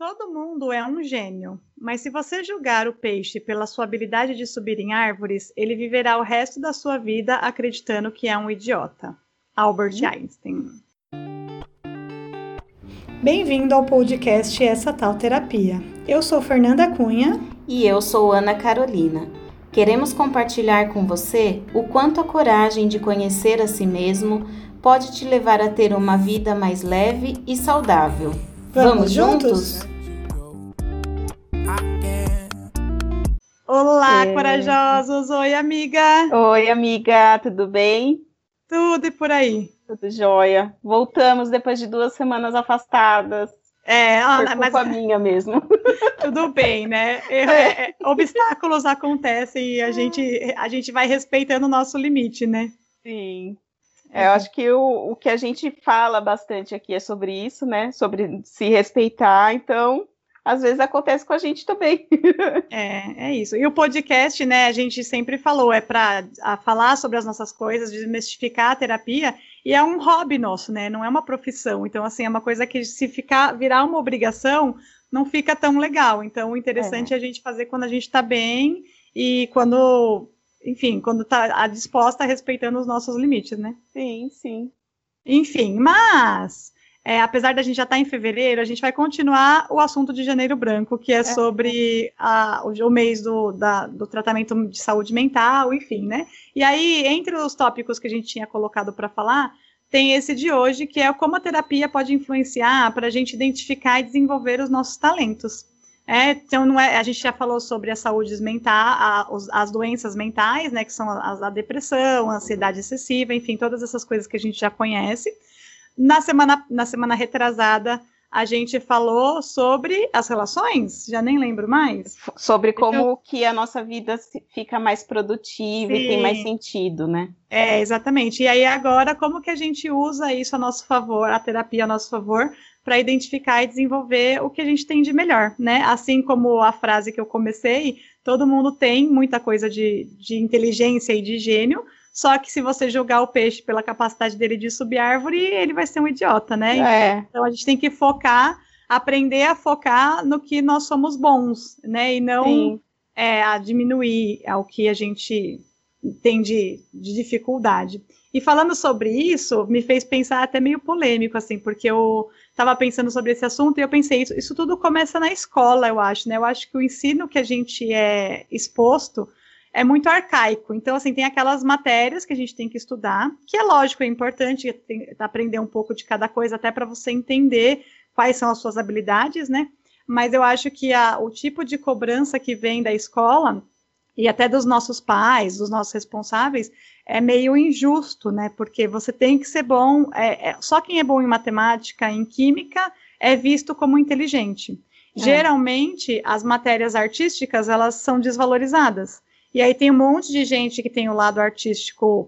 Todo mundo é um gênio, mas se você julgar o peixe pela sua habilidade de subir em árvores, ele viverá o resto da sua vida acreditando que é um idiota. Albert Einstein. Bem-vindo ao podcast Essa Tal Terapia. Eu sou Fernanda Cunha. E eu sou Ana Carolina. Queremos compartilhar com você o quanto a coragem de conhecer a si mesmo pode te levar a ter uma vida mais leve e saudável. Vamos juntos? Olá, corajosos! Oi, amiga! Oi, amiga, tudo bem? Tudo e por aí? Tudo jóia. Voltamos depois de 2 semanas afastadas. Por culpa minha mesmo. Tudo bem, né? Obstáculos acontecem e a gente vai respeitando o nosso limite, né? Sim. Eu acho que o que a gente fala bastante aqui é sobre isso, né? Sobre se respeitar, então às vezes acontece com a gente também. É isso. E o podcast, né, a gente sempre falou, é para falar sobre as nossas coisas, desmistificar a terapia, e é um hobby nosso, né, não é uma profissão. Então, assim, é uma coisa que se virar uma obrigação, não fica tão legal. Então, o interessante é a gente fazer quando a gente está bem e quando está disposta, respeitando os nossos limites, né? Sim, sim. Enfim, mas... apesar da gente já estar em fevereiro, a gente vai continuar o assunto de Janeiro Branco, que é sobre o mês do tratamento de saúde mental, enfim, né? E aí, entre os tópicos que a gente tinha colocado para falar, tem esse de hoje, que é como a terapia pode influenciar para a gente identificar e desenvolver os nossos talentos. Então, a gente já falou sobre a saúde mental, as doenças mentais, né, que são a depressão, a ansiedade excessiva, enfim, todas essas coisas que a gente já conhece. Na semana retrasada, a gente falou sobre as relações, já nem lembro mais. Sobre como que a nossa vida fica mais produtiva e tem mais sentido, né? Exatamente. E aí agora, como que a gente usa isso a nosso favor, a terapia a nosso favor, para identificar e desenvolver o que a gente tem de melhor, né? Assim como a frase que eu comecei, todo mundo tem muita coisa de inteligência e de gênio, só que se você julgar o peixe pela capacidade dele de subir árvore, ele vai ser um idiota, né? Então a gente tem que aprender a focar no que nós somos bons, né? E não a diminuir ao que a gente tem de dificuldade. E falando sobre isso, me fez pensar até meio polêmico, assim, porque eu estava pensando sobre esse assunto e eu pensei, isso tudo começa na escola, eu acho, né? Eu acho que o ensino que a gente é exposto é muito arcaico. Então, assim, tem aquelas matérias que a gente tem que estudar, que é lógico, é importante aprender um pouco de cada coisa, até para você entender quais são as suas habilidades, né? Mas eu acho que o tipo de cobrança que vem da escola, e até dos nossos pais, dos nossos responsáveis, é meio injusto, né? Porque você tem que ser bom, só quem é bom em matemática, em química, é visto como inteligente. Geralmente, as matérias artísticas, elas são desvalorizadas. E aí tem um monte de gente que tem o lado artístico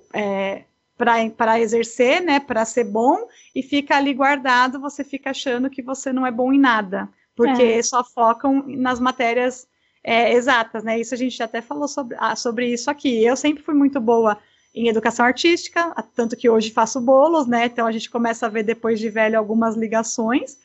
para exercer, né, para ser bom, e fica ali guardado, você fica achando que você não é bom em nada, porque só focam nas matérias exatas, né? Isso a gente já até falou sobre isso aqui. Eu sempre fui muito boa em educação artística, tanto que hoje faço bolos, né? Então a gente começa a ver depois de velho algumas ligações.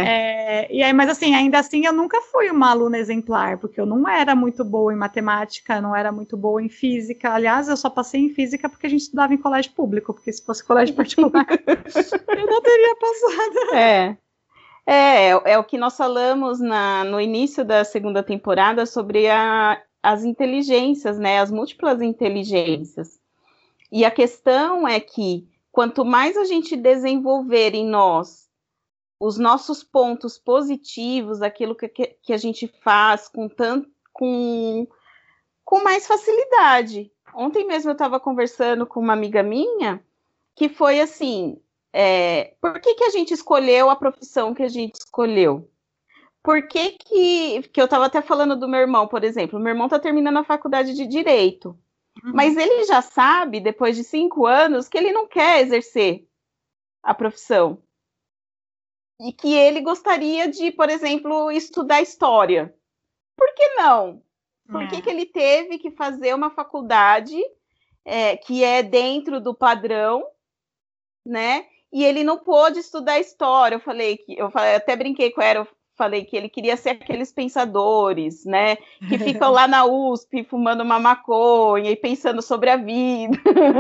E aí, mas assim, ainda assim eu nunca fui uma aluna exemplar, porque eu não era muito boa em matemática, não era muito boa em física. Aliás, eu só passei em física porque a gente estudava em colégio público, porque se fosse colégio particular, eu não teria passado. É o que nós falamos no início da segunda temporada sobre as inteligências, né? As múltiplas inteligências. E a questão é que quanto mais a gente desenvolver em nós os nossos pontos positivos, aquilo que a gente faz com mais facilidade. Ontem mesmo eu estava conversando com uma amiga minha que foi assim, por que a gente escolheu a profissão que a gente escolheu? Por que eu estava até falando do meu irmão, por exemplo, meu irmão está terminando a faculdade de Direito, mas ele já sabe, depois de 5 anos, que ele não quer exercer a profissão. E que ele gostaria de, por exemplo, estudar História. Por que não? Por que ele teve que fazer uma faculdade que é dentro do padrão, né? E ele não pôde estudar História. Eu até brinquei com ela, falei que ele queria ser aqueles pensadores, né, que ficam lá na USP fumando uma maconha e pensando sobre a vida,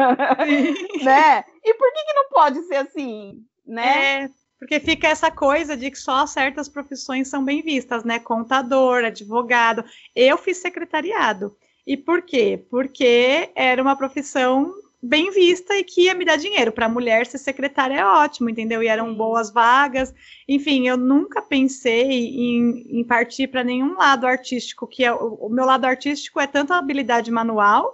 né? E por que não pode ser assim, né? Porque fica essa coisa de que só certas profissões são bem vistas, né? Contador, advogado. Eu fiz secretariado. E por quê? Porque era uma profissão bem vista e que ia me dar dinheiro. Para mulher, ser secretária é ótimo, entendeu? E eram boas vagas. Enfim, eu nunca pensei em partir para nenhum lado artístico, que o meu lado artístico é tanto a habilidade manual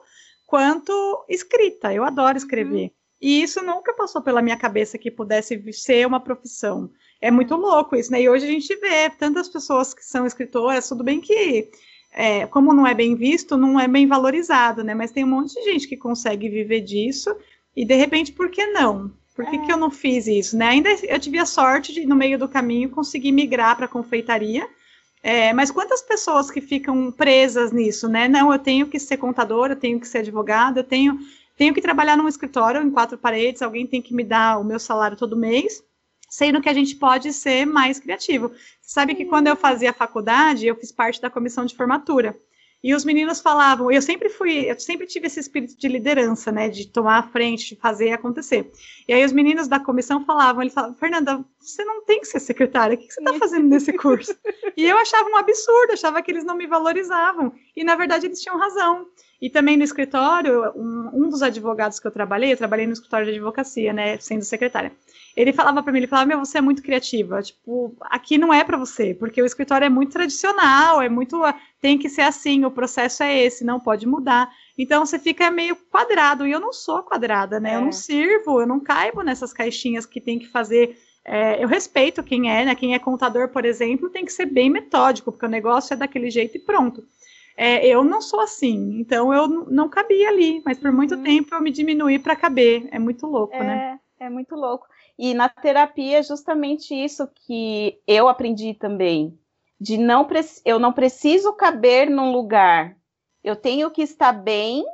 quanto escrita. Eu adoro escrever. E isso nunca passou pela minha cabeça que pudesse ser uma profissão. É muito louco isso, né? E hoje a gente vê tantas pessoas que são escritoras, tudo bem que, como não é bem visto, não é bem valorizado, né? Mas tem um monte de gente que consegue viver disso e, de repente, por que não? Por que eu não fiz isso, né? Ainda eu tive a sorte de, no meio do caminho, conseguir migrar para a confeitaria. Mas quantas pessoas que ficam presas nisso, né? Não, eu tenho que ser contadora, eu tenho que ser advogada, eu tenho que trabalhar num escritório em 4 paredes, alguém tem que me dar o meu salário todo mês, sendo que a gente pode ser mais criativo. Você sabe que quando eu fazia faculdade, eu fiz parte da comissão de formatura. E os meninos falavam, eu sempre tive esse espírito de liderança, né, de tomar a frente, de fazer acontecer. E aí os meninos da comissão falavam, Fernanda, você não tem que ser secretária, o que você está fazendo nesse curso? E eu achava um absurdo, achava que eles não me valorizavam. E na verdade eles tinham razão. E também no escritório, um dos advogados que eu trabalhei no escritório de advocacia, né, sendo secretária. Ele falava para mim, você é muito criativa, tipo, aqui não é para você, porque o escritório é muito tradicional, tem que ser assim, o processo é esse, não pode mudar. Então você fica meio quadrado, e eu não sou quadrada, né, eu não sirvo, eu não caibo nessas caixinhas que tem que fazer. Eu respeito quem é, né, quem é contador, por exemplo, tem que ser bem metódico, porque o negócio é daquele jeito e pronto. Eu não sou assim, então eu não cabia ali, mas por muito tempo eu me diminuí para caber, é muito louco, né? É muito louco. E na terapia é justamente isso que eu aprendi também, de eu não preciso caber num lugar, eu tenho que estar bem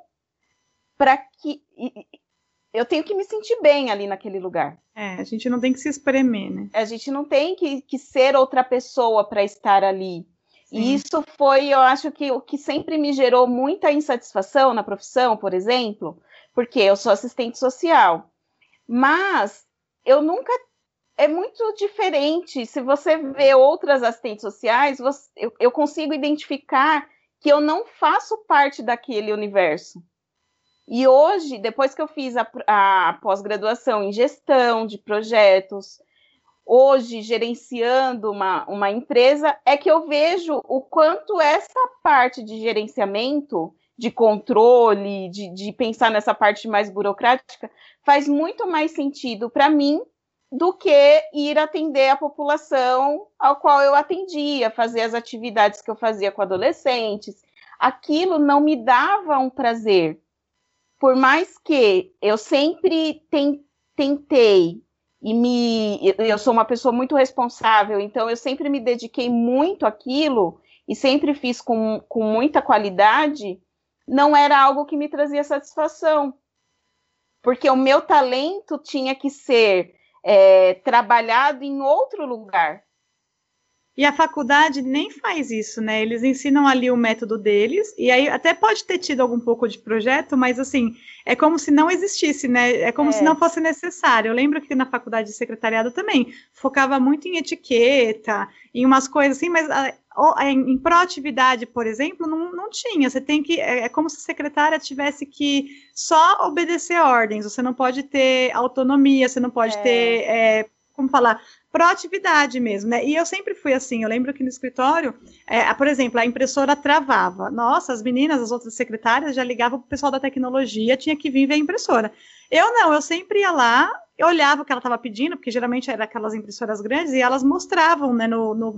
eu tenho que me sentir bem ali naquele lugar. A gente não tem que se espremer, né? A gente não tem que ser outra pessoa para estar ali. Sim. E isso foi, eu acho que o que sempre me gerou muita insatisfação na profissão, por exemplo, porque eu sou assistente social, mas eu nunca... É muito diferente, se você vê outras assistentes sociais, eu consigo identificar que eu não faço parte daquele universo. E hoje, depois que eu fiz a pós-graduação em gestão de projetos, hoje gerenciando uma empresa, é que eu vejo o quanto essa parte de gerenciamento, de controle, de pensar nessa parte mais burocrática, faz muito mais sentido para mim do que ir atender a população ao qual eu atendia, fazer as atividades que eu fazia com adolescentes. Aquilo não me dava um prazer. Por mais que eu sempre tentei, eu sou uma pessoa muito responsável, então eu sempre me dediquei muito àquilo e sempre fiz com muita qualidade, não era algo que me trazia satisfação. Porque o meu talento tinha que ser trabalhado em outro lugar. E a faculdade nem faz isso, né? Eles ensinam ali o método deles, e aí até pode ter tido algum pouco de projeto, mas assim, é como se não existisse, né? É como se não fosse necessário. Eu lembro que na faculdade de secretariado também focava muito em etiqueta, em umas coisas assim, mas em proatividade, por exemplo, não tinha. Você tem que... É como se a secretária tivesse que só obedecer ordens, você não pode ter autonomia, você não pode ter... como falar? Proatividade mesmo, né? E eu sempre fui assim, eu lembro que no escritório, por exemplo, a impressora travava. Nossa, as meninas, as outras secretárias já ligavam pro pessoal da tecnologia, tinha que vir ver a impressora. Eu não, eu sempre ia lá, eu olhava o que ela estava pedindo, porque geralmente eram aquelas impressoras grandes, e elas mostravam, né,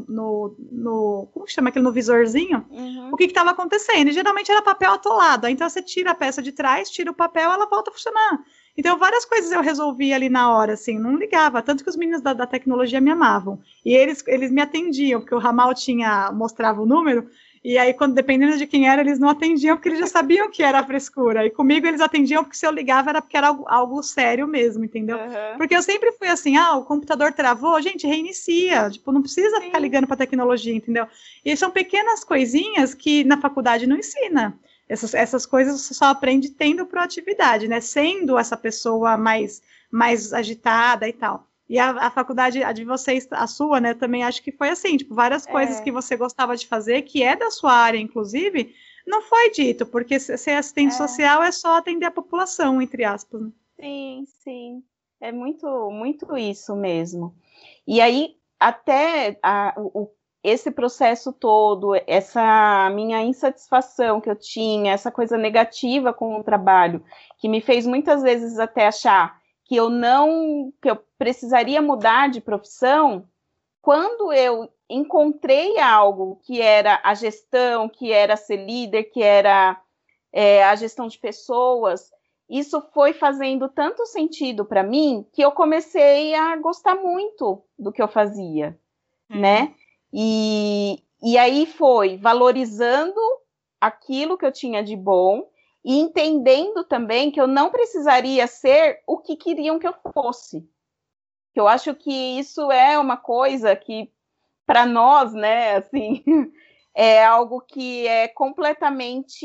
como chama aquilo, no visorzinho, o que estava acontecendo. E geralmente era papel atolado, então você tira a peça de trás, tira o papel, ela volta a funcionar. Então, várias coisas eu resolvi ali na hora, assim, não ligava. Tanto que os meninos da tecnologia me amavam. E eles me atendiam, porque o ramal mostrava o número, E aí, dependendo de quem era, eles não atendiam porque eles já sabiam que era frescura. E comigo eles atendiam porque se eu ligava era porque era algo sério mesmo, entendeu? Uhum. Porque eu sempre fui assim, o computador travou, gente, reinicia. Tipo, não precisa ficar ligando para tecnologia, entendeu? E são pequenas coisinhas que na faculdade não ensina. Essas coisas você só aprende tendo proatividade, né? Sendo essa pessoa mais agitada e tal. E a faculdade, a de vocês, a sua, né, também acho que foi assim, tipo, várias coisas que você gostava de fazer, que é da sua área, inclusive, não foi dito, porque ser assistente social é só atender a população, entre aspas. Né? Sim, sim. É muito, muito isso mesmo. E aí, até esse processo todo, essa minha insatisfação que eu tinha, essa coisa negativa com o trabalho, que me fez muitas vezes até achar que eu precisaria mudar de profissão, quando eu encontrei algo que era a gestão, que era ser líder, que era a gestão de pessoas, isso foi fazendo tanto sentido para mim que eu comecei a gostar muito do que eu fazia, né? E aí foi valorizando aquilo que eu tinha de bom e entendendo também que eu não precisaria ser o que queriam que eu fosse. Eu acho que isso é uma coisa que, para nós, né, assim, é algo que é completamente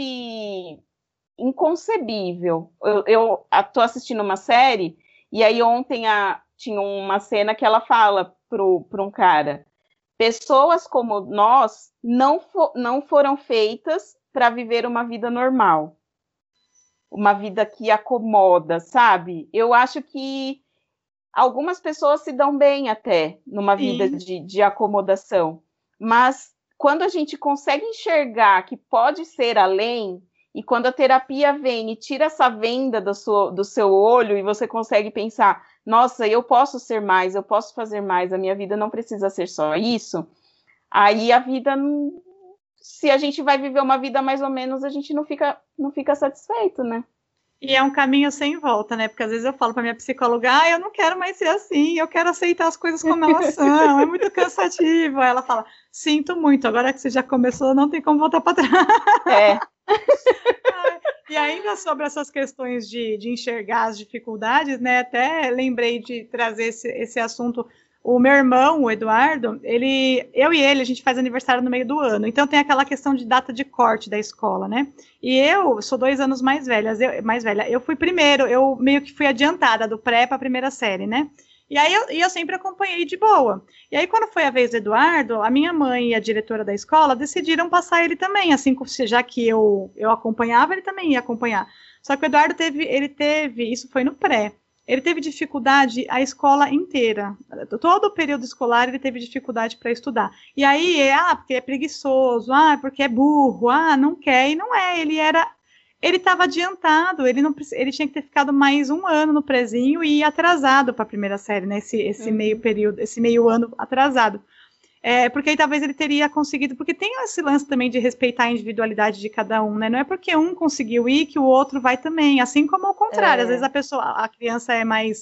inconcebível. Eu tô assistindo uma série e aí ontem tinha uma cena que ela fala para um cara: pessoas como nós não foram feitas para viver uma vida normal, uma vida que acomoda, sabe? Eu acho que algumas pessoas se dão bem até numa vida de acomodação, mas quando a gente consegue enxergar que pode ser além, e quando a terapia vem e tira essa venda do seu olho e você consegue pensar, nossa, eu posso ser mais, eu posso fazer mais, a minha vida não precisa ser só isso, aí a vida, se a gente vai viver uma vida mais ou menos, a gente não fica satisfeito, né? E é um caminho sem volta, né? Porque às vezes eu falo para minha psicóloga, eu não quero mais ser assim, eu quero aceitar as coisas como elas são, é muito cansativo. Aí ela fala, sinto muito, agora que você já começou, não tem como voltar para trás. E ainda sobre essas questões de enxergar as dificuldades, né? Até lembrei de trazer esse assunto. O meu irmão, o Eduardo, eu e ele, a gente faz aniversário no meio do ano. Então tem aquela questão de data de corte da escola, né? E eu sou 2 anos mais velha. Eu fui primeiro, eu meio que fui adiantada do pré para a primeira série, né? E aí eu sempre acompanhei de boa. E aí quando foi a vez do Eduardo, a minha mãe e a diretora da escola decidiram passar ele também, assim, já que eu acompanhava, ele também ia acompanhar. Só que o Eduardo teve, isso foi no pré. Ele teve dificuldade a escola inteira. Todo o período escolar ele teve dificuldade para estudar. E aí, porque é preguiçoso, porque é burro, não quer, e não é. Ele estava adiantado, ele tinha que ter ficado mais 1 ano no prezinho e ir atrasado para a primeira série, né? Esse meio período, esse meio ano atrasado. Porque aí talvez ele teria conseguido, porque tem esse lance também de respeitar a individualidade de cada um, né? Não é porque um conseguiu ir que o outro vai também, assim como ao contrário, às vezes a criança é mais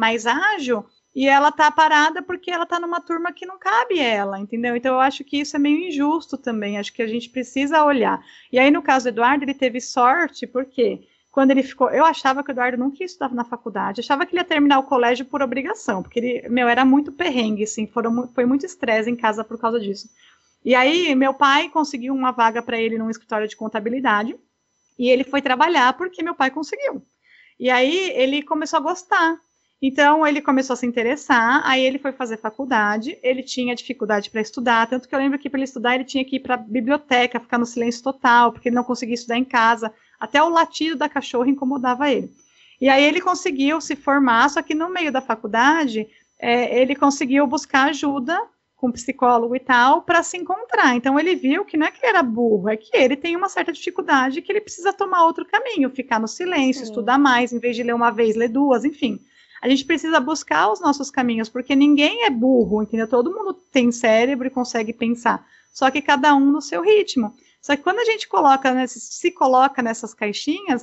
ágil e ela tá parada porque ela tá numa turma que não cabe ela, entendeu? Então eu acho que isso é meio injusto também, acho que a gente precisa olhar. E aí no caso do Eduardo, ele teve sorte, porque quando ele ficou, eu achava que o Eduardo nunca ia estudar na faculdade, achava que ele ia terminar o colégio por obrigação, porque ele, era muito perrengue, assim, foi muito estresse em casa por causa disso. E aí, meu pai conseguiu uma vaga para ele num escritório de contabilidade, e ele foi trabalhar porque meu pai conseguiu. E aí, ele começou a gostar. Então, ele começou a se interessar, aí ele foi fazer faculdade, ele tinha dificuldade para estudar, tanto que eu lembro que para ele estudar, ele tinha que ir para a biblioteca, ficar no silêncio total, porque ele não conseguia estudar em casa. Até o latido da cachorra incomodava ele. E aí ele conseguiu se formar, só que no meio da faculdade, ele conseguiu buscar ajuda com psicólogo e tal, para se encontrar. Então ele viu que não é que ele era burro, é que ele tem uma certa dificuldade, que ele precisa tomar outro caminho, ficar no silêncio, estudar mais, em vez de ler uma vez, ler 2, enfim. A gente precisa buscar os nossos caminhos, porque ninguém é burro, entendeu? Todo mundo tem cérebro e consegue pensar, só que cada um no seu ritmo. Só que quando a gente se coloca nessas caixinhas,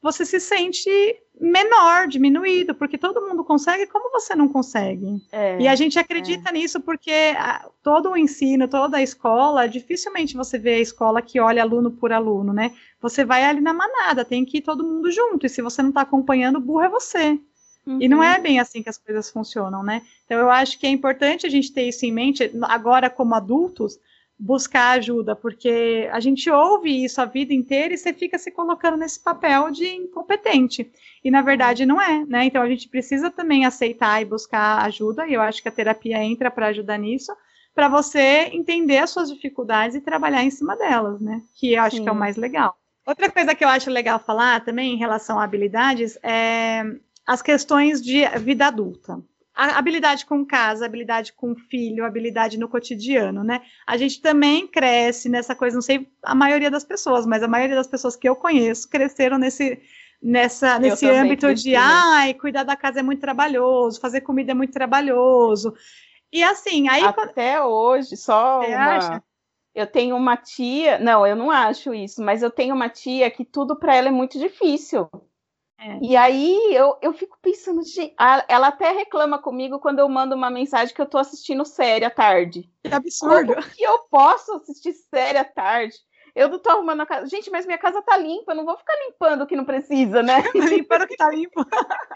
você se sente menor, diminuído, porque todo mundo consegue, como você não consegue? E a gente acredita nisso porque todo o ensino, toda a escola, dificilmente você vê a escola que olha aluno por aluno, né? Você vai ali na manada, tem que ir todo mundo junto, e se você não está acompanhando, o burro é você. E não é bem assim que as coisas funcionam, né? Então eu acho que é importante a gente ter isso em mente, agora como adultos, buscar ajuda, porque a gente ouve isso a vida inteira e você fica se colocando nesse papel de incompetente, e na verdade não é, né? Então a gente precisa também aceitar e buscar ajuda, e eu acho que a terapia entra para ajudar nisso, para você entender as suas dificuldades e trabalhar em cima delas, né? Que eu acho que é o mais legal. Outra coisa que eu acho legal falar também em relação a habilidades é as questões de vida adulta. A habilidade com casa, habilidade com filho, habilidade no cotidiano, né? A gente também cresce nessa coisa, não sei a maioria das pessoas, mas a maioria das pessoas que eu conheço cresceram nesse âmbito de, cuidar da casa é muito trabalhoso, fazer comida é muito trabalhoso. E assim, aí... Até hoje, eu tenho uma tia, não, eu não acho isso, mas eu tenho uma tia que tudo para ela é muito difícil. E aí eu fico pensando, ela até reclama comigo quando eu mando uma mensagem que eu tô assistindo série à tarde. Que absurdo. Como que eu posso assistir série à tarde? Eu não tô arrumando a casa. Gente, mas minha casa tá limpa, eu não vou ficar limpando o que não precisa, né? Limpando o que tá limpo.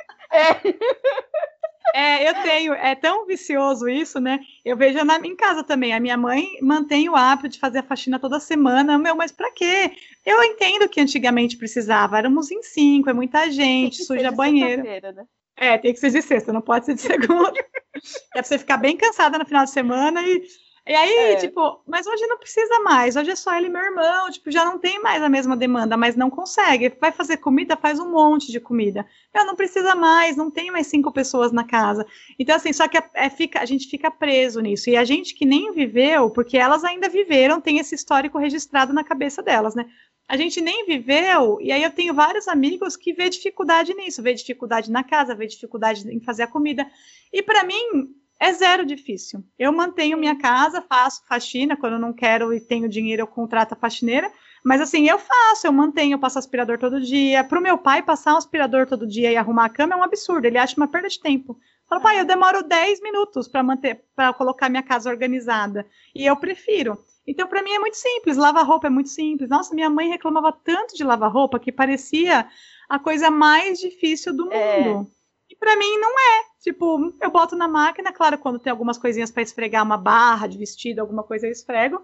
Eu tenho, é tão vicioso isso, né? Eu vejo em casa também, a minha mãe mantém o hábito de fazer a faxina toda semana, mas pra quê? Eu entendo que antigamente precisava, éramos em 5, é muita gente, suja banheiro. Né? Tem que ser de sexta, não pode ser de segunda. É pra você ficar bem cansada no final de semana e aí, mas hoje não precisa mais, hoje é só ele e meu irmão, já não tem mais a mesma demanda, mas não consegue, vai fazer comida, faz um monte de comida, não precisa mais, não tem mais 5 pessoas na casa, então assim, só que a gente fica preso nisso, e a gente que nem viveu, porque elas ainda viveram, tem esse histórico registrado na cabeça delas, né, a gente nem viveu, e aí eu tenho vários amigos que vê dificuldade nisso, vê dificuldade na casa, vê dificuldade em fazer a comida, e para mim, é zero difícil. Eu mantenho minha casa, faço faxina, quando eu não quero e tenho dinheiro, eu contrato a faxineira, mas assim, eu mantenho, eu passo aspirador todo dia. Para o meu pai, passar um aspirador todo dia e arrumar a cama é um absurdo, ele acha uma perda de tempo. Fala, pai, eu demoro 10 minutos para colocar minha casa organizada, e eu prefiro. Então, para mim é muito simples, lavar roupa é muito simples. Nossa, minha mãe reclamava tanto de lavar roupa que parecia a coisa mais difícil do mundo. E pra mim não é, eu boto na máquina, claro, quando tem algumas coisinhas para esfregar, uma barra de vestido, alguma coisa eu esfrego,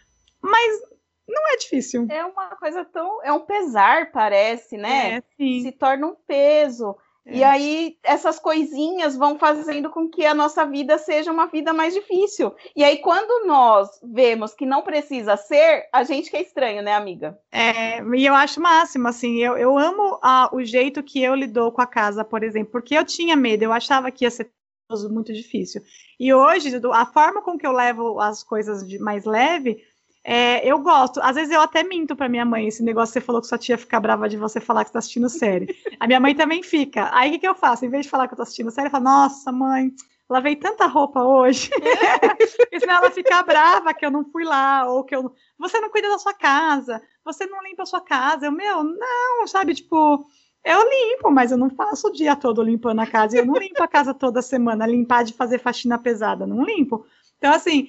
mas não é difícil. É uma coisa é um pesar, parece, né? Sim. Se torna um peso. E aí, essas coisinhas vão fazendo com que a nossa vida seja uma vida mais difícil. E aí, quando nós vemos que não precisa ser, a gente que é estranho, né, amiga? E eu acho máximo, assim, eu amo o jeito que eu lido com a casa, por exemplo, porque eu tinha medo, eu achava que ia ser muito difícil. E hoje, a forma com que eu levo as coisas mais leve... eu gosto, às vezes eu até minto pra minha mãe, esse negócio que você falou que sua tia fica brava de você falar que você tá assistindo série. A minha mãe também fica. Aí o que eu faço? Em vez de falar que eu tô assistindo série, eu falo, nossa mãe, lavei tanta roupa hoje. Porque senão ela fica brava que eu não fui lá, ou que você não cuida da sua casa, você não limpa a sua casa. Não, sabe, eu limpo, mas eu não faço o dia todo limpando a casa, eu não limpo a casa toda semana, limpar de fazer faxina pesada, não limpo. Então, assim...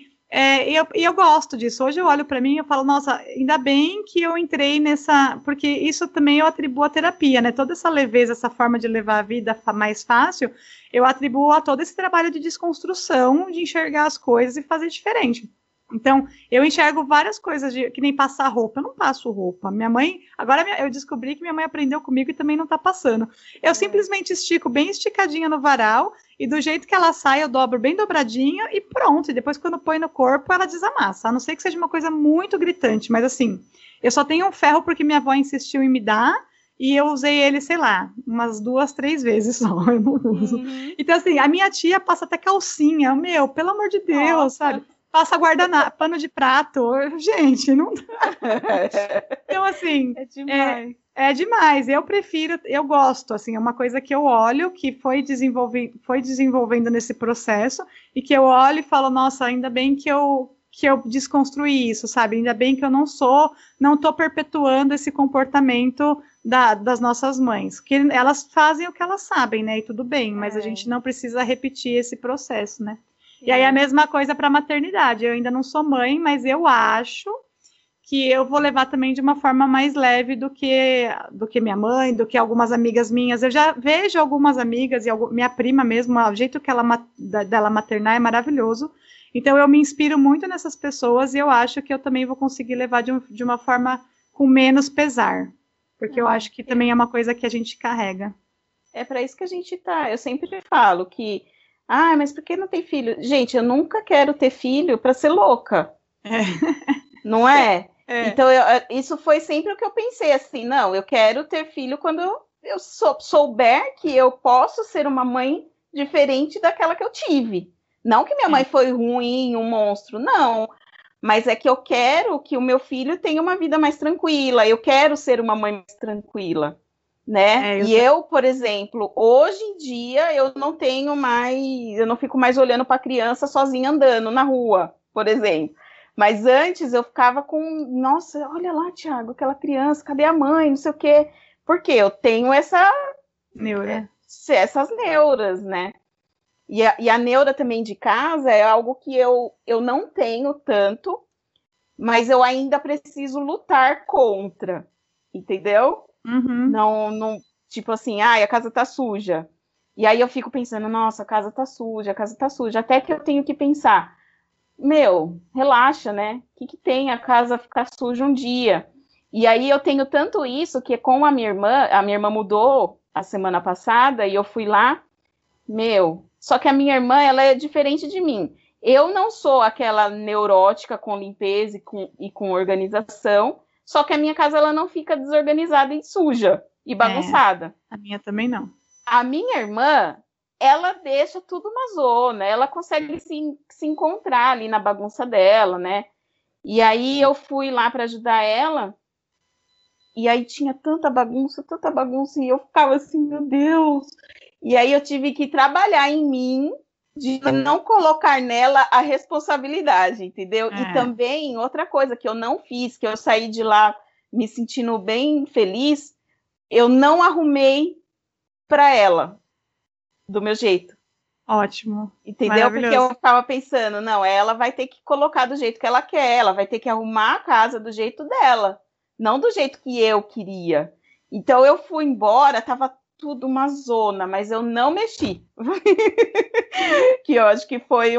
eu gosto disso. Hoje eu olho para mim e eu falo, nossa, ainda bem que eu entrei nessa, porque isso também eu atribuo à terapia, né? Toda essa leveza, essa forma de levar a vida mais fácil, eu atribuo a todo esse trabalho de desconstrução, de enxergar as coisas e fazer diferente. Então, eu enxergo várias coisas, que nem passar roupa. Eu não passo roupa. Minha mãe, agora eu descobri que minha mãe aprendeu comigo e também não tá passando. Eu simplesmente estico bem esticadinha no varal e do jeito que ela sai, eu dobro bem dobradinha e pronto. E depois, quando põe no corpo, ela desamassa. A não ser que seja uma coisa muito gritante, mas assim, eu só tenho um ferro porque minha avó insistiu em me dar e eu usei ele, sei lá, umas 2, 3 vezes só. Eu não uso. Então, assim, a minha tia passa até calcinha. Pelo amor de Deus, sabe? Passa pano de prato. Gente, não dá. Então, assim... É demais. É demais. Eu gosto, assim, é uma coisa que eu olho, que foi desenvolvendo nesse processo, e que eu olho e falo, nossa, ainda bem que eu desconstruí isso, sabe? Ainda bem que eu não tô perpetuando esse comportamento das nossas mães, que elas fazem o que elas sabem, né, e tudo bem, mas a gente não precisa repetir esse processo, né. E aí a mesma coisa para a maternidade, eu ainda não sou mãe, mas eu acho que eu vou levar também de uma forma mais leve do que minha mãe, do que algumas amigas minhas. Eu já vejo algumas amigas, e minha prima mesmo, o jeito que dela maternar é maravilhoso. Então eu me inspiro muito nessas pessoas e eu acho que eu também vou conseguir levar de uma forma com menos pesar. Porque eu acho que também é uma coisa que a gente carrega. É para isso que a gente tá. Eu sempre falo que, mas por que não tem filho? Gente, eu nunca quero ter filho para ser louca. Não é? Então, isso foi sempre o que eu pensei, assim, não, eu quero ter filho quando eu souber que eu posso ser uma mãe diferente daquela que eu tive. Não que minha mãe foi ruim, um monstro, não. Mas é que eu quero que o meu filho tenha uma vida mais tranquila, eu quero ser uma mãe mais tranquila, né? Eu, por exemplo, hoje em dia, eu não fico mais olhando para a criança sozinha andando na rua, por exemplo. Mas antes eu ficava com, nossa, olha lá, Thiago, aquela criança, cadê a mãe, não sei o quê. Porque eu tenho essas neuras, né? E a neura também de casa é algo que eu não tenho tanto, mas eu ainda preciso lutar contra, entendeu? Uhum. Não, tipo assim, a casa tá suja. E aí eu fico pensando, nossa, a casa tá suja, até que eu tenho que pensar, relaxa, né? O que tem a casa ficar suja um dia? E aí eu tenho tanto isso que com a minha irmã mudou a semana passada e eu fui lá, só que a minha irmã, ela é diferente de mim. Eu não sou aquela neurótica com limpeza e com organização, só que a minha casa ela não fica desorganizada e suja e bagunçada. A minha também não. A minha irmã, ela deixa tudo uma zona, ela consegue se encontrar ali na bagunça dela, né? E aí eu fui lá para ajudar ela, e aí tinha tanta bagunça, e eu ficava assim, meu Deus. E aí eu tive que trabalhar em mim, de não colocar nela a responsabilidade, entendeu? E também, outra coisa que eu não fiz, que eu saí de lá me sentindo bem feliz, eu não arrumei para ela, do meu jeito. Ótimo. Entendeu? Porque eu ficava pensando, não, ela vai ter que colocar do jeito que ela quer, ela vai ter que arrumar a casa do jeito dela, não do jeito que eu queria. Então eu fui embora, tava tudo uma zona, mas eu não mexi. Que eu acho que foi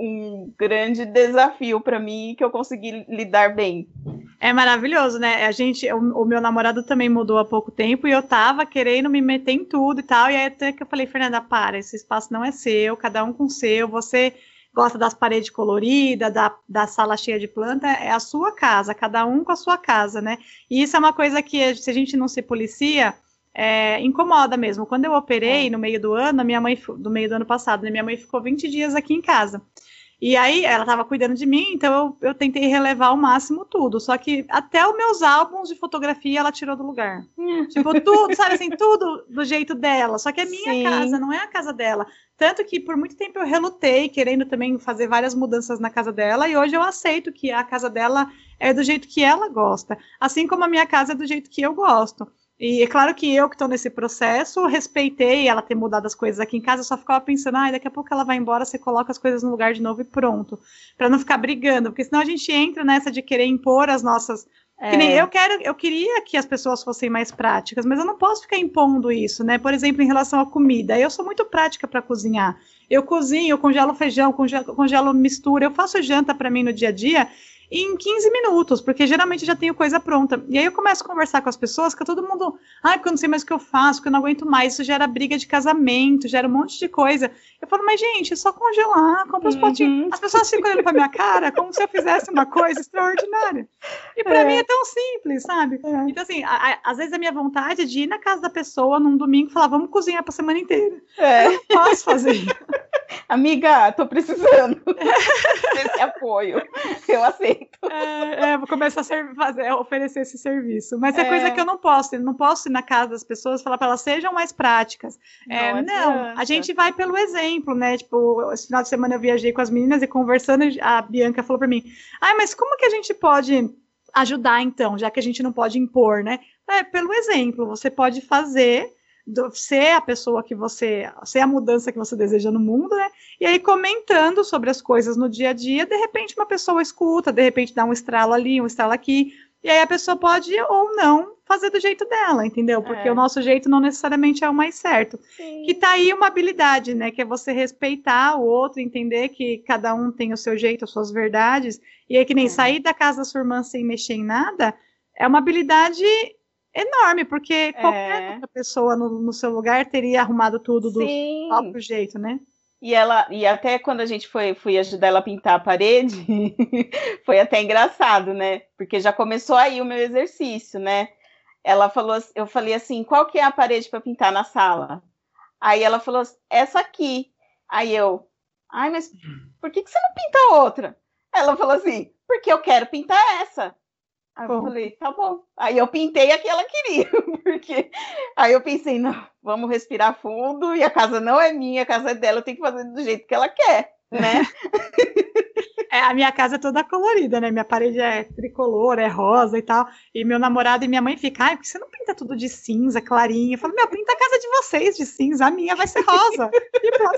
um grande desafio para mim, que eu consegui lidar bem. É maravilhoso, né? O meu namorado também mudou há pouco tempo e eu tava querendo me meter em tudo e tal, e aí até que eu falei, Fernanda, esse espaço não é seu, cada um com o seu, você gosta das paredes coloridas, da sala cheia de planta, é a sua casa, cada um com a sua casa, né? E isso é uma coisa que, se a gente não se policia, incomoda mesmo. Quando eu operei no meio do ano, do meio do ano passado, né, minha mãe ficou 20 dias aqui em casa. E aí ela estava cuidando de mim, então eu tentei relevar ao máximo tudo. Só que até os meus álbuns de fotografia ela tirou do lugar. Tipo, tudo, sabe assim, tudo do jeito dela. Só que é minha casa, não é a casa dela. Tanto que por muito tempo eu relutei, querendo também fazer várias mudanças na casa dela, e hoje eu aceito que a casa dela é do jeito que ela gosta. Assim como a minha casa é do jeito que eu gosto. E é claro que eu que estou nesse processo, respeitei ela ter mudado as coisas aqui em casa, eu só ficava pensando, daqui a pouco ela vai embora, você coloca as coisas no lugar de novo e pronto. Para não ficar brigando, porque senão a gente entra nessa de querer impor as nossas... Que nem eu queria que as pessoas fossem mais práticas, mas eu não posso ficar impondo isso, né? Por exemplo, em relação à comida, eu sou muito prática para cozinhar. Eu cozinho, eu congelo feijão, congelo mistura, eu faço janta para mim no dia a dia, em 15 minutos, porque geralmente já tenho coisa pronta. E aí eu começo a conversar com as pessoas, que todo mundo, porque eu não sei mais o que eu faço, porque eu não aguento mais, isso gera briga de casamento, gera um monte de coisa. Eu falo, mas gente, é só congelar, compra os potinhos. As pessoas ficam olhando pra minha cara como se eu fizesse uma coisa extraordinária. E pra mim é tão simples, sabe? Então assim, às vezes a minha vontade é de ir na casa da pessoa num domingo e falar, vamos cozinhar pra semana inteira. Eu não posso fazer isso. Amiga, tô precisando desse apoio. Eu aceito. Vou começar a oferecer esse serviço. Mas é coisa que eu não posso. Eu não posso ir na casa das pessoas e falar para elas sejam mais práticas. Não, a gente vai pelo exemplo, né? Tipo, esse final de semana eu viajei com as meninas e conversando, a Bianca falou para mim, mas como que a gente pode ajudar, então, já que a gente não pode impor, né? Pelo exemplo, você pode fazer, ser a pessoa que você, ser a mudança que você deseja no mundo, né? E aí, comentando sobre as coisas no dia a dia, de repente uma pessoa escuta, de repente dá um estralo ali, um estralo aqui, e aí a pessoa pode ou não fazer do jeito dela, entendeu? Porque o nosso jeito não necessariamente é o mais certo. Sim. Que tá aí uma habilidade, né? Que é você respeitar o outro, entender que cada um tem o seu jeito, as suas verdades, e aí que nem sair da casa da sua irmã sem mexer em nada, é uma habilidade enorme, porque qualquer outra pessoa no seu lugar teria arrumado tudo do próprio jeito, né? E até quando a gente fui ajudar ela a pintar a parede, foi até engraçado, né? Porque já começou aí o meu exercício, né? Ela falou, eu falei assim, qual que é a parede para pintar na sala? Aí ela falou, essa aqui. Aí eu, mas por que você não pinta outra? Ela falou assim, porque eu quero pintar essa. Aí eu falei, tá bom. Aí eu pintei a que ela queria, porque aí eu pensei, não, vamos respirar fundo, e a casa não é minha, a casa é dela, eu tenho que fazer do jeito que ela quer, né? A minha casa é toda colorida, né? Minha parede é tricolor, é rosa e tal. E meu namorado e minha mãe ficam, por que você não pinta tudo de cinza, clarinho? Eu falo, pinta a casa de vocês de cinza, a minha vai ser rosa. E pronto,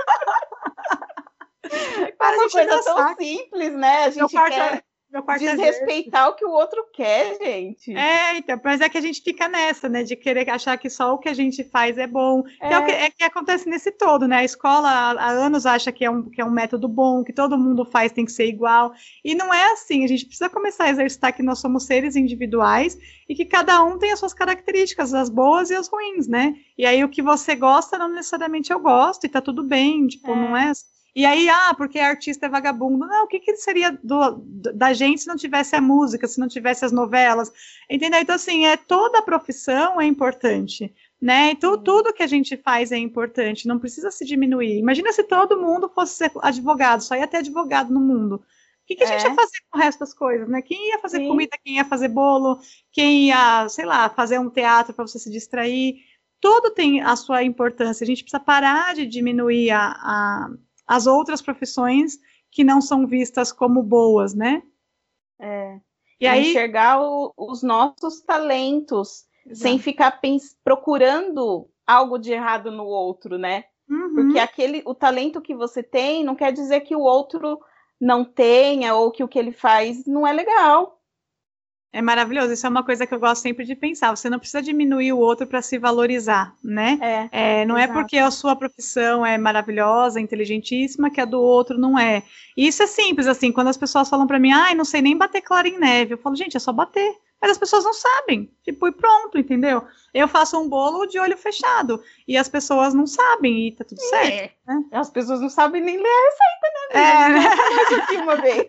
acabou. É uma coisa tão simples, né? A gente quer desrespeitar o que o outro quer, gente. Então, mas é que a gente fica nessa, né? De querer achar que só o que a gente faz é bom. É que acontece nesse todo, né? A escola há anos acha que é um método bom, que todo mundo faz tem que ser igual. E não é assim. A gente precisa começar a exercitar que nós somos seres individuais e que cada um tem as suas características, as boas e as ruins, né? E aí o que você gosta não necessariamente eu gosto e tá tudo bem, tipo, não é... E aí, porque artista é vagabundo. Não, o que seria da gente se não tivesse a música, se não tivesse as novelas? Entendeu? Então, assim, toda a profissão é importante, né? Então, tudo que a gente faz é importante, não precisa se diminuir. Imagina se todo mundo fosse ser advogado, só ia ter advogado no mundo. O que a gente ia fazer com o resto das coisas, né? Quem ia fazer comida, quem ia fazer bolo, quem ia, sei lá, fazer um teatro para você se distrair. Tudo tem a sua importância. A gente precisa parar de diminuir as outras profissões que não são vistas como boas, né? E aí enxergar os nossos talentos, sem ficar procurando algo de errado no outro, né? Porque o talento que você tem não quer dizer que o outro não tenha, ou que o que ele faz não é legal. É maravilhoso, isso é uma coisa que eu gosto sempre de pensar, você não precisa diminuir o outro para se valorizar, né? Não é porque a sua profissão é maravilhosa, inteligentíssima, que a do outro não é. E isso é simples, assim, quando as pessoas falam para mim, não sei nem bater clara em neve, eu falo, gente, é só bater. Mas as pessoas não sabem, tipo, e pronto, entendeu? Eu faço um bolo de olho fechado, e as pessoas não sabem, e tá tudo certo. Né? As pessoas não sabem nem ler a receita, né? Eu aqui uma vez.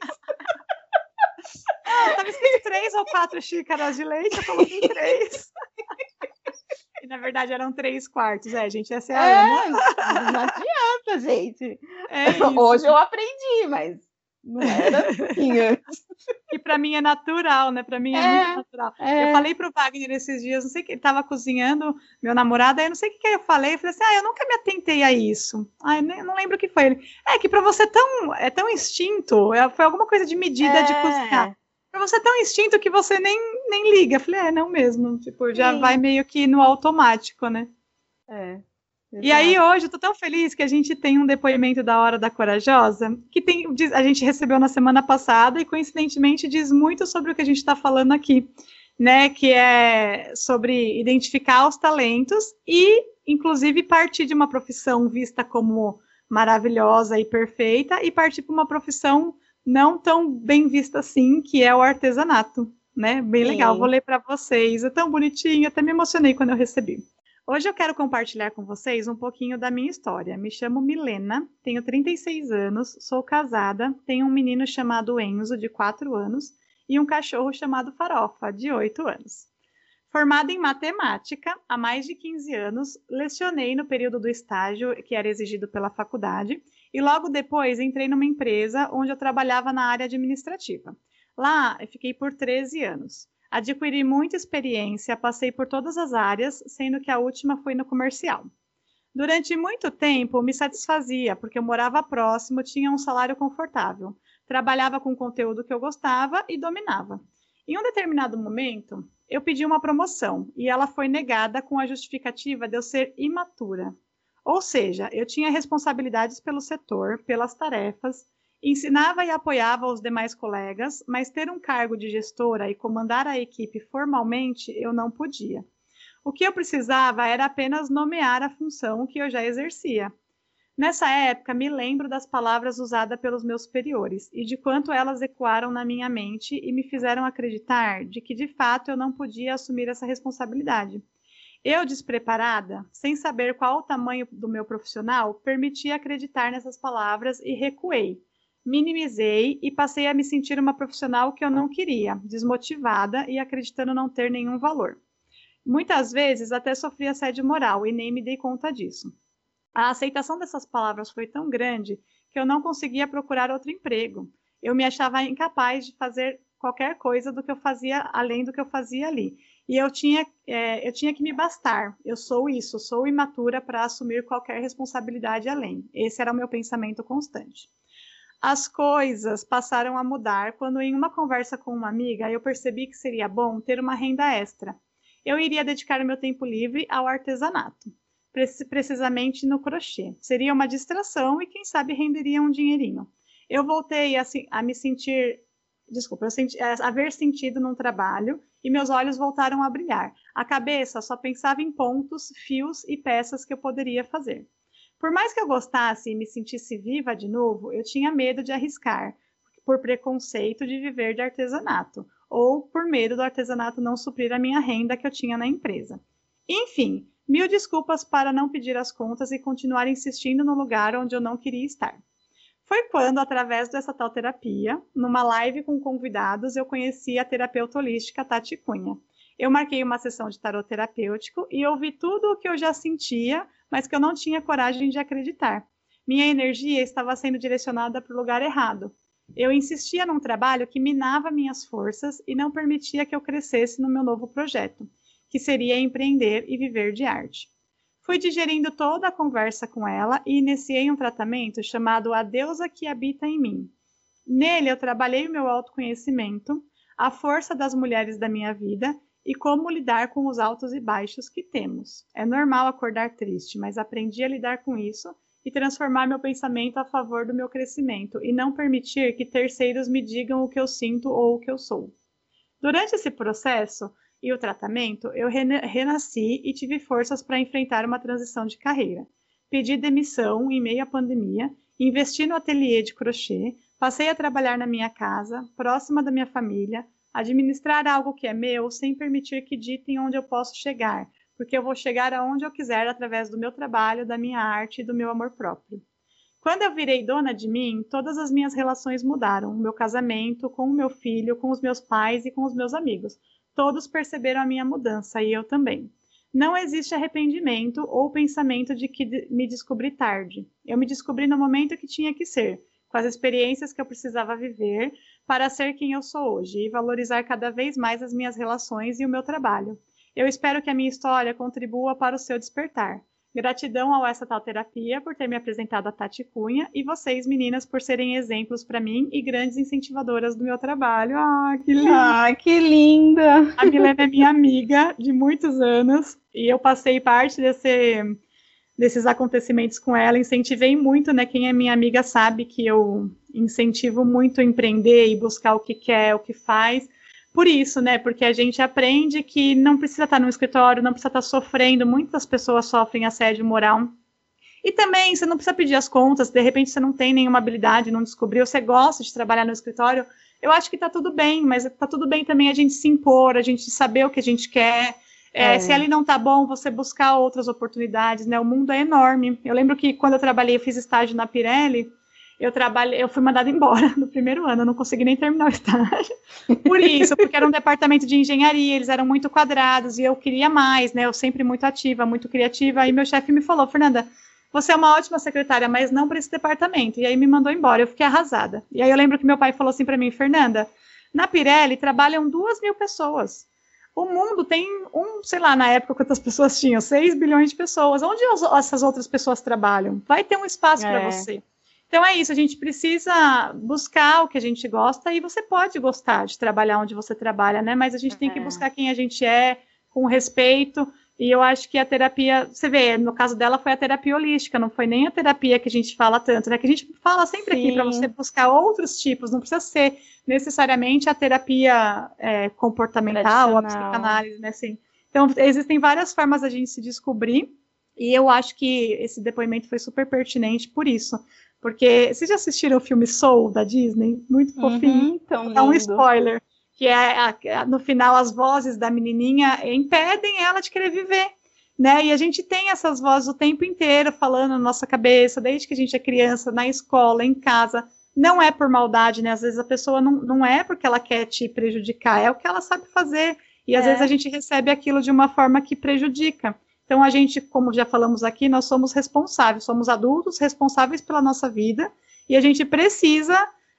Estava escrito 3 ou 4 xícaras de leite, eu coloquei 3. E na verdade eram 3/4, gente. Essa é a Ana. Não adianta, gente. Hoje eu aprendi, mas não era assim antes. E para mim é natural, né? Para mim é muito natural. Eu falei pro Wagner esses dias, não sei o que, ele estava cozinhando, meu namorado, aí eu não sei o que eu falei, eu falei assim, eu nunca me atentei a isso. Não lembro o que foi. Ele, que para você é tão instinto, foi alguma coisa de medida de cozinhar. Para você é tão instinto que você nem liga. Eu falei, não mesmo, tipo, já vai meio que no automático, né? E aí hoje eu tô tão feliz que a gente tem um depoimento da Hora da Corajosa, que a gente recebeu na semana passada e coincidentemente diz muito sobre o que a gente está falando aqui, né, que é sobre identificar os talentos e, inclusive, partir de uma profissão vista como maravilhosa e perfeita e partir para uma profissão não tão bem vista assim, que é o artesanato, né, bem legal, vou ler para vocês, é tão bonitinho, até me emocionei quando eu recebi. Hoje eu quero compartilhar com vocês um pouquinho da minha história. Me chamo Milena, tenho 36 anos, sou casada, tenho um menino chamado Enzo, de 4 anos, e um cachorro chamado Farofa, de 8 anos. Formada em matemática, há mais de 15 anos, lecionei no período do estágio, que era exigido pela faculdade, e logo depois entrei numa empresa onde eu trabalhava na área administrativa. Lá, eu fiquei por 13 anos. Adquiri muita experiência, passei por todas as áreas, sendo que a última foi no comercial. Durante muito tempo, me satisfazia, porque eu morava próximo, tinha um salário confortável, trabalhava com conteúdo que eu gostava e dominava. Em um determinado momento, eu pedi uma promoção e ela foi negada com a justificativa de eu ser imatura. Ou seja, eu tinha responsabilidades pelo setor, pelas tarefas, ensinava e apoiava os demais colegas, mas ter um cargo de gestora e comandar a equipe formalmente eu não podia. O que eu precisava era apenas nomear a função que eu já exercia. Nessa época, me lembro das palavras usadas pelos meus superiores e de quanto elas ecoaram na minha mente e me fizeram acreditar de que, de fato, eu não podia assumir essa responsabilidade. Eu, despreparada, sem saber qual o tamanho do meu profissional, permiti acreditar nessas palavras e recuei. Minimizei e passei a me sentir uma profissional que eu não queria, desmotivada e acreditando não ter nenhum valor. Muitas vezes até sofri assédio moral e nem me dei conta disso. A aceitação dessas palavras foi tão grande que eu não conseguia procurar outro emprego. Eu me achava incapaz de fazer qualquer coisa do que eu fazia além do que eu fazia ali. E eu tinha que me bastar. Eu sou isso, sou imatura para assumir qualquer responsabilidade além. Esse era o meu pensamento constante. As coisas passaram a mudar quando, em uma conversa com uma amiga, eu percebi que seria bom ter uma renda extra. Eu iria dedicar o meu tempo livre ao artesanato, precisamente no crochê. Seria uma distração e, quem sabe, renderia um dinheirinho. Eu voltei a me sentir... a ver sentido num trabalho e meus olhos voltaram a brilhar. A cabeça só pensava em pontos, fios e peças que eu poderia fazer. Por mais que eu gostasse e me sentisse viva de novo, eu tinha medo de arriscar, por preconceito de viver de artesanato, ou por medo do artesanato não suprir a minha renda que eu tinha na empresa. Enfim, 1000 desculpas para não pedir as contas e continuar insistindo no lugar onde eu não queria estar. Foi quando, através dessa tal terapia, numa live com convidados, eu conheci a terapeuta holística Tati Cunha. Eu marquei uma sessão de tarot terapêutico e ouvi tudo o que eu já sentia, mas que eu não tinha coragem de acreditar. Minha energia estava sendo direcionada para o lugar errado. Eu insistia num trabalho que minava minhas forças e não permitia que eu crescesse no meu novo projeto, que seria empreender e viver de arte. Fui digerindo toda a conversa com ela e iniciei um tratamento chamado A Deusa que Habita em Mim. Nele eu trabalhei o meu autoconhecimento, a força das mulheres da minha vida e como lidar com os altos e baixos que temos. É normal acordar triste, mas aprendi a lidar com isso e transformar meu pensamento a favor do meu crescimento e não permitir que terceiros me digam o que eu sinto ou o que eu sou. Durante esse processo e o tratamento, eu renasci e tive forças para enfrentar uma transição de carreira. Pedi demissão em meio à pandemia, investi no ateliê de crochê, passei a trabalhar na minha casa, próxima da minha família, administrar algo que é meu sem permitir que ditem onde eu posso chegar, porque eu vou chegar aonde eu quiser através do meu trabalho, da minha arte e do meu amor próprio. Quando eu virei dona de mim, todas as minhas relações mudaram, o meu casamento, com o meu filho, com os meus pais e com os meus amigos. Todos perceberam a minha mudança e eu também. Não existe arrependimento ou pensamento de que me descobri tarde. Eu me descobri no momento que tinha que ser, com as experiências que eu precisava viver para ser quem eu sou hoje e valorizar cada vez mais as minhas relações e o meu trabalho. Eu espero que a minha história contribua para o seu despertar. Gratidão ao Essa Tal Terapia por ter me apresentado a Tati Cunha e vocês, meninas, por serem exemplos para mim e grandes incentivadoras do meu trabalho. Que linda! Que linda! A Milena é minha amiga de muitos anos e eu passei parte desses acontecimentos com ela, incentivei muito, né? Quem é minha amiga sabe que eu incentivo muito a empreender e buscar o que quer, o que faz. Por isso, né? Porque a gente aprende que não precisa estar no escritório, não precisa estar sofrendo. Muitas pessoas sofrem assédio moral. E também, você não precisa pedir as contas. De repente, você não tem nenhuma habilidade, não descobriu. Você gosta de trabalhar no escritório. Eu acho que está tudo bem, mas está tudo bem também a gente se impor, a gente saber o que a gente quer. Se ali não está bom, você buscar outras oportunidades, né? O mundo é enorme. Eu lembro que quando eu trabalhei, eu fiz estágio na Pirelli. Eu fui mandada embora no primeiro ano, eu não consegui nem terminar o estágio. Por isso, porque era um departamento de engenharia, eles eram muito quadrados e eu queria mais, né? Eu sempre muito ativa, muito criativa. Aí meu chefe me falou, Fernanda, você é uma ótima secretária, mas não para esse departamento. E aí me mandou embora, eu fiquei arrasada. E aí eu lembro que meu pai falou assim para mim, Fernanda, na Pirelli trabalham 2.000 pessoas. O mundo tem sei lá, na época quantas pessoas tinham? 6 bilhões de pessoas. Onde essas outras pessoas trabalham? Vai ter um espaço para você. Então é isso, a gente precisa buscar o que a gente gosta, e você pode gostar de trabalhar onde você trabalha, né? Mas a gente tem que buscar quem a gente é, com respeito. E eu acho que a terapia, você vê, no caso dela foi a terapia holística, não foi nem a terapia que a gente fala tanto, né? Que a gente fala sempre aqui para você buscar outros tipos, não precisa ser necessariamente a terapia comportamental, a psicanálise, né? Assim. Então, existem várias formas da gente se descobrir, e eu acho que esse depoimento foi super pertinente por isso. Porque, vocês já assistiram o filme Soul, da Disney? Muito fofinho. É um spoiler. Que no final as vozes da menininha impedem ela de querer viver, né? E a gente tem essas vozes o tempo inteiro falando na nossa cabeça, desde que a gente é criança, na escola, em casa. Não é por maldade, né? Às vezes a pessoa não é porque ela quer te prejudicar, é o que ela sabe fazer. E às vezes a gente recebe aquilo de uma forma que prejudica. Então a gente, como já falamos aqui, nós somos responsáveis, somos adultos responsáveis pela nossa vida, e a gente precisa...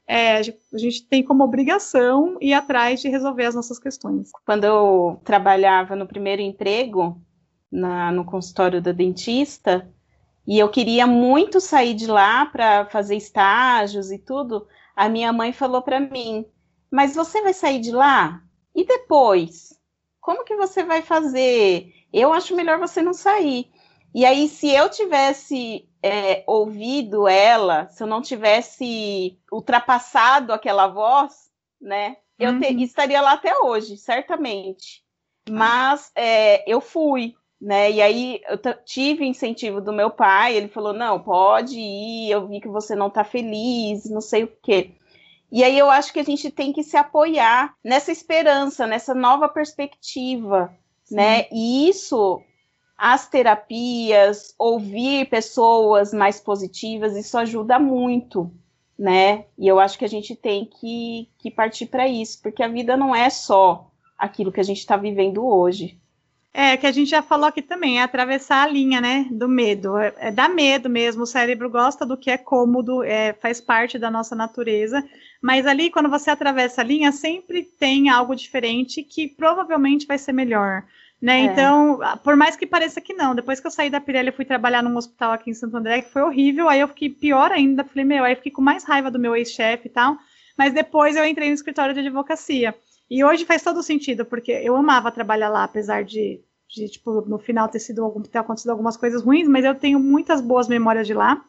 a gente tem como obrigação ir atrás de resolver as nossas questões. Quando eu trabalhava no primeiro emprego, no consultório da dentista, e eu queria muito sair de lá para fazer estágios e tudo, a minha mãe falou para mim, mas você vai sair de lá? E depois? Como que você vai fazer? Eu acho melhor você não sair. E aí, se eu tivesse ouvido ela, se eu não tivesse ultrapassado aquela voz, né, eu estaria lá até hoje, certamente. Mas eu fui, né, e aí eu tive incentivo do meu pai, ele falou, não, pode ir, eu vi que você não está feliz, não sei o quê. E aí eu acho que a gente tem que se apoiar nessa esperança, nessa nova perspectiva, né, e isso... As terapias, ouvir pessoas mais positivas, isso ajuda muito, né? E eu acho que a gente tem que partir para isso, porque a vida não é só aquilo que a gente está vivendo hoje. Que a gente já falou aqui também, é atravessar a linha, né, do medo. Dá medo mesmo, o cérebro gosta do que é cômodo, faz parte da nossa natureza, mas ali, quando você atravessa a linha, sempre tem algo diferente que provavelmente vai ser melhor. Né? Então, por mais que pareça que não, depois que eu saí da Pirelli, eu fui trabalhar num hospital aqui em Santo André, que foi horrível, aí eu fiquei pior ainda, falei, aí eu fiquei com mais raiva do meu ex-chefe e tal, mas depois eu entrei no escritório de advocacia, e hoje faz todo sentido, porque eu amava trabalhar lá, apesar de tipo, no final ter acontecido algumas coisas ruins, mas eu tenho muitas boas memórias de lá,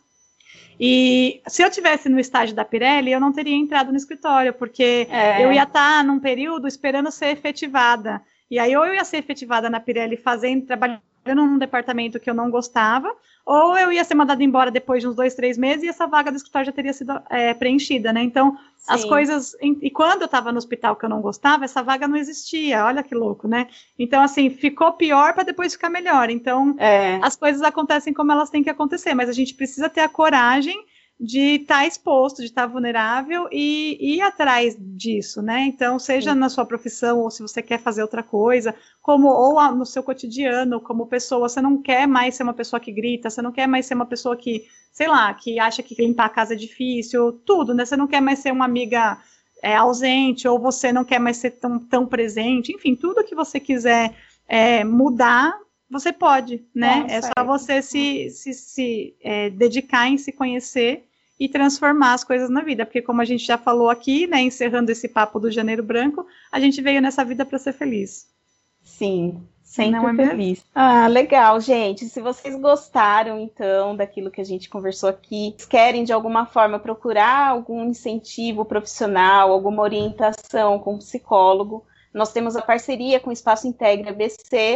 e se eu tivesse no estágio da Pirelli, eu não teria entrado no escritório, porque eu ia estar num período esperando ser efetivada. E aí, ou eu ia ser efetivada na Pirelli trabalhando num departamento que eu não gostava, ou eu ia ser mandada embora depois de uns 2, 3 meses e essa vaga do escritório já teria sido preenchida, né? Então, as coisas... E quando eu estava no hospital que eu não gostava, essa vaga não existia. Olha que louco, né? Então, assim, ficou pior para depois ficar melhor. Então, as coisas acontecem como elas têm que acontecer, mas a gente precisa ter a coragem de estar exposto, de estar vulnerável e ir atrás disso, né? Então, seja na sua profissão ou se você quer fazer outra coisa, ou no seu cotidiano, como pessoa, você não quer mais ser uma pessoa que grita, você não quer mais ser uma pessoa que, sei lá, que acha que limpar a casa é difícil, tudo, né? Você não quer mais ser uma amiga ausente, ou você não quer mais ser tão presente, enfim, tudo que você quiser mudar, você pode, né? É só você se dedicar em se conhecer e transformar as coisas na vida, porque como a gente já falou aqui, né, encerrando esse papo do Janeiro Branco, a gente veio nessa vida para ser feliz. Sim, sempre feliz. Ah, legal, gente. Se vocês gostaram, então, daquilo que a gente conversou aqui, querem de alguma forma procurar algum incentivo profissional, alguma orientação com psicólogo, nós temos a parceria com o Espaço Integre ABC.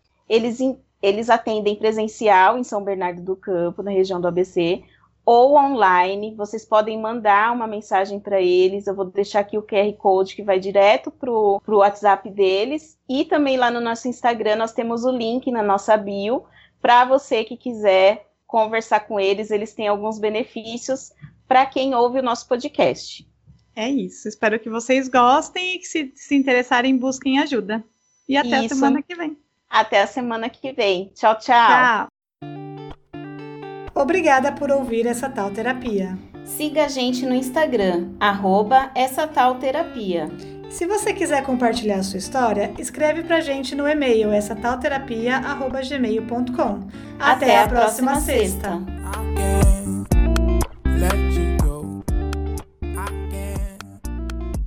Eles atendem presencial em São Bernardo do Campo, na região do ABC, ou online. Vocês podem mandar uma mensagem para eles, eu vou deixar aqui o QR Code que vai direto para o WhatsApp deles, e também lá no nosso Instagram nós temos o link na nossa bio, para você que quiser conversar com eles, eles têm alguns benefícios para quem ouve o nosso podcast. É isso, espero que vocês gostem e que se interessarem, busquem ajuda. E até a semana que vem. Até a semana que vem. Tchau, tchau. Tchau. Obrigada por ouvir essa tal terapia. Siga a gente no Instagram, @essatalterapia. Se você quiser compartilhar a sua história, escreve pra gente no e-mail essatalterapia@gmail.com. Até a próxima sexta.